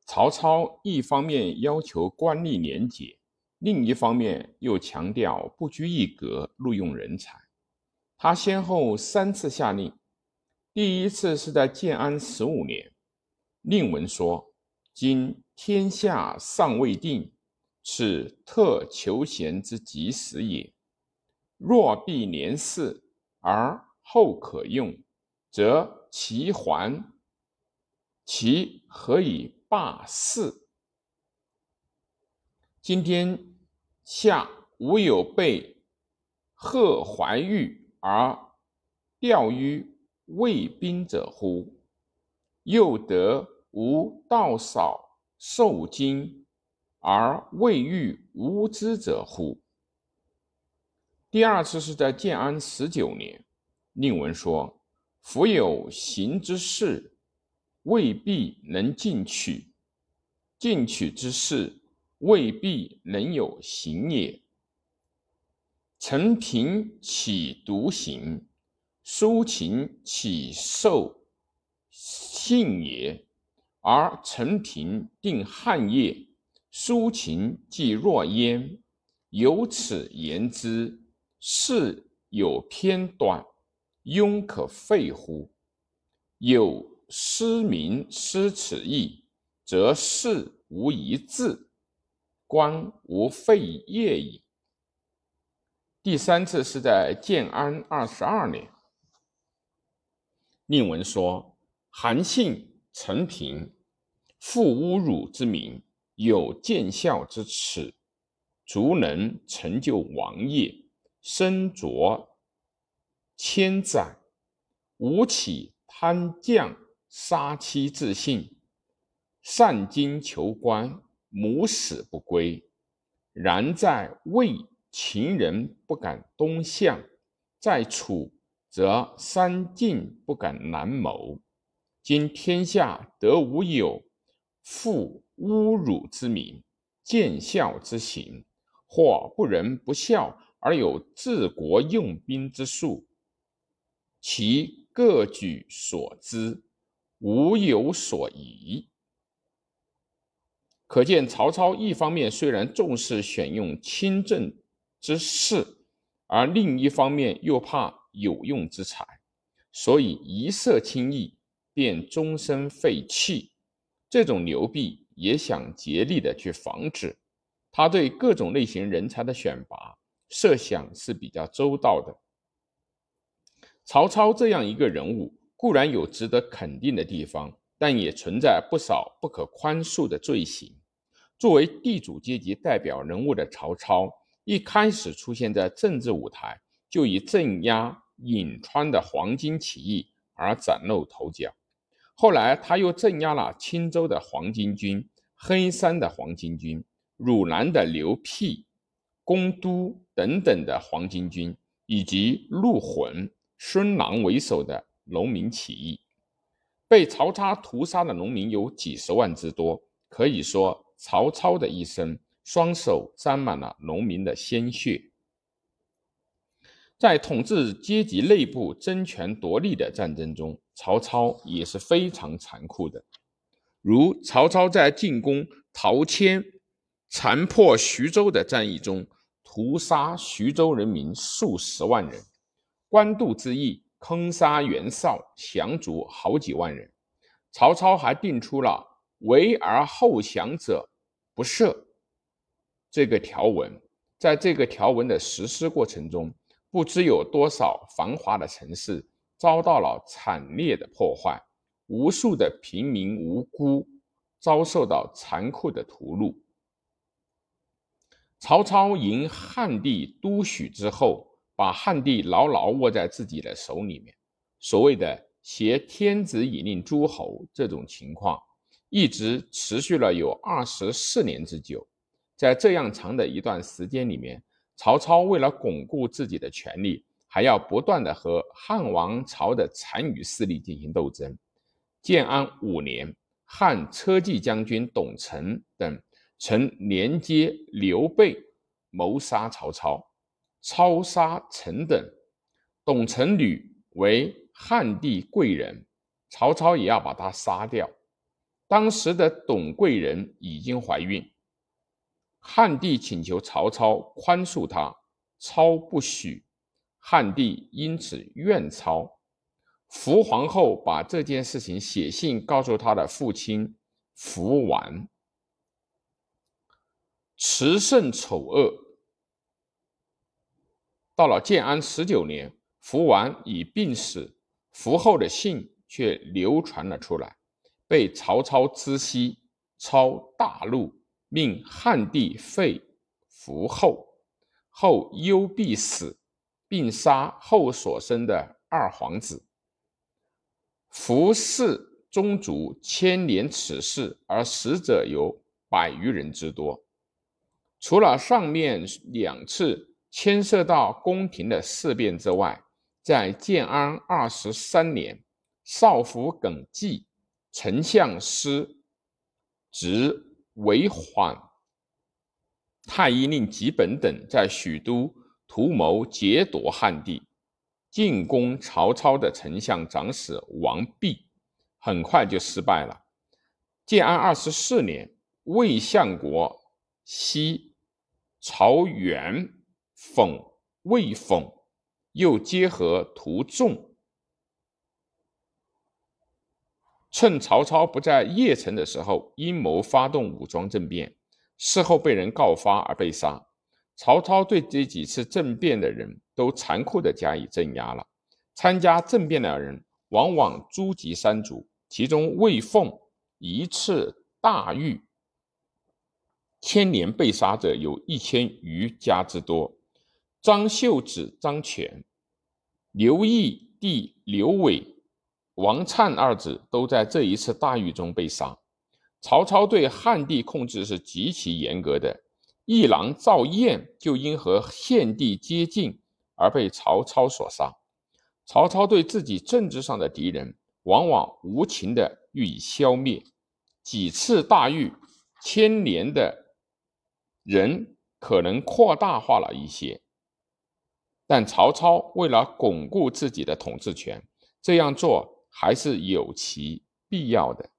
曹操一方面要求官吏廉洁，另一方面又强调不拘一格录用人才。他先后3次下令，第一次是在建安15年，令文说：今天下尚未定，是特求贤之急时也。若必年事而后可用，则其何以罢市？今天下无有被贺怀玉而调于卫兵者乎？又得无道少受惊而未遇无知者乎？第二次是在建安19年，令文说：夫有行之事，未必能进取；进取之事，未必能有行也。陈平岂独行？苏秦岂受信也？而陈平定汉业，苏秦既若焉。由此言之，事有偏短，庸可废乎？有失民失此意，则事无一致，官无废业矣。第3次是在建安22年，令文说：韩信、陈平负侮辱之名，有见效之耻，足能成就王业，身着千载，吴起贪将杀妻自尽，上京求官，母死不归。然在魏，秦人不敢东向，在楚则三晋不敢南谋。今天下得无有负侮辱之名，见效之行，或不仁不孝而有治国用兵之术，其各举所知，无有所疑。可见曹操一方面虽然重视选用亲政之士，而另一方面又怕有用之才，所以一涉轻易便终身废弃。这种流弊也想竭力的去防止。他对各种类型人才的选拔设想是比较周到的。曹操这样一个人物固然有值得肯定的地方，但也存在不少不可宽恕的罪行。作为地主阶级代表人物的曹操，一开始出现在政治舞台，就以镇压颍川的黄巾起义而崭露头角。后来他又镇压了青州的黄巾军、黑山的黄巾军、汝南的刘辟、公都等等的黄巾军，以及陆浑、孙郎为首的农民起义。被曹操屠杀的农民有几十万之多，可以说曹操的一生双手沾满了农民的鲜血。在统治阶级内部争权夺利的战争中，曹操也是非常残酷的。如曹操在进攻陶谦、残破徐州的战役中，屠杀徐州人民数十万人，官渡之役坑杀袁绍、降卒好几万人。曹操还定出了围而后降者不赦这个条文。在这个条文的实施过程中，不知有多少繁华的城市遭到了惨烈的破坏，无数的平民无辜遭受到残酷的屠戮。曹操迎汉帝都许之后，把汉帝牢牢握在自己的手里面。所谓的挟天子以令诸侯这种情况，一直持续了有24年之久。在这样长的一段时间里面，曹操为了巩固自己的权力，还要不断的和汉王朝的残余势力进行斗争。建安5年，汉车骑将军董承等曾连接刘备谋杀曹操，超杀陈等。董承吕为汉帝贵人，曹操也要把他杀掉。 当时的董贵人已经怀孕，汉帝请求曹操宽恕他，操不许，汉帝因此怨操。伏皇后把这件事情写信告诉他的父亲伏完。慈圣丑恶。到了建安19年，伏完已病死，伏后的信却流传了出来，被曹操知悉，操大怒，命汉帝废伏后，后忧必死，并杀后所生的二皇子。伏氏宗族牵连此事，而死者有100余人之多。除了上面2次牵涉到宫廷的事变之外，在建安23年，少府耿纪、丞相司职为缓太医令吉本等在许都图谋劫夺汉帝，进攻曹操的丞相长史王弼，很快就失败了。建安24年，魏相国西曹元讽魏讽，又结合图仲，趁曹操不在邺城的时候，阴谋发动武装政变，事后被人告发而被杀。曹操对这几次政变的人都残酷地加以镇压了。参加政变的人往往诸级3族，其中魏凤一次大狱，牵连被杀者有1000余家之多。张绣子张全、刘义弟刘伟、王粲2子都在这一次大狱中被杀。曹操对汉地控制是极其严格的，议郎赵燕就因和献帝接近而被曹操所杀。曹操对自己政治上的敌人往往无情地予以消灭，几次大狱牵连的人可能扩大化了一些，但曹操为了巩固自己的统治权，这样做还是有其必要的。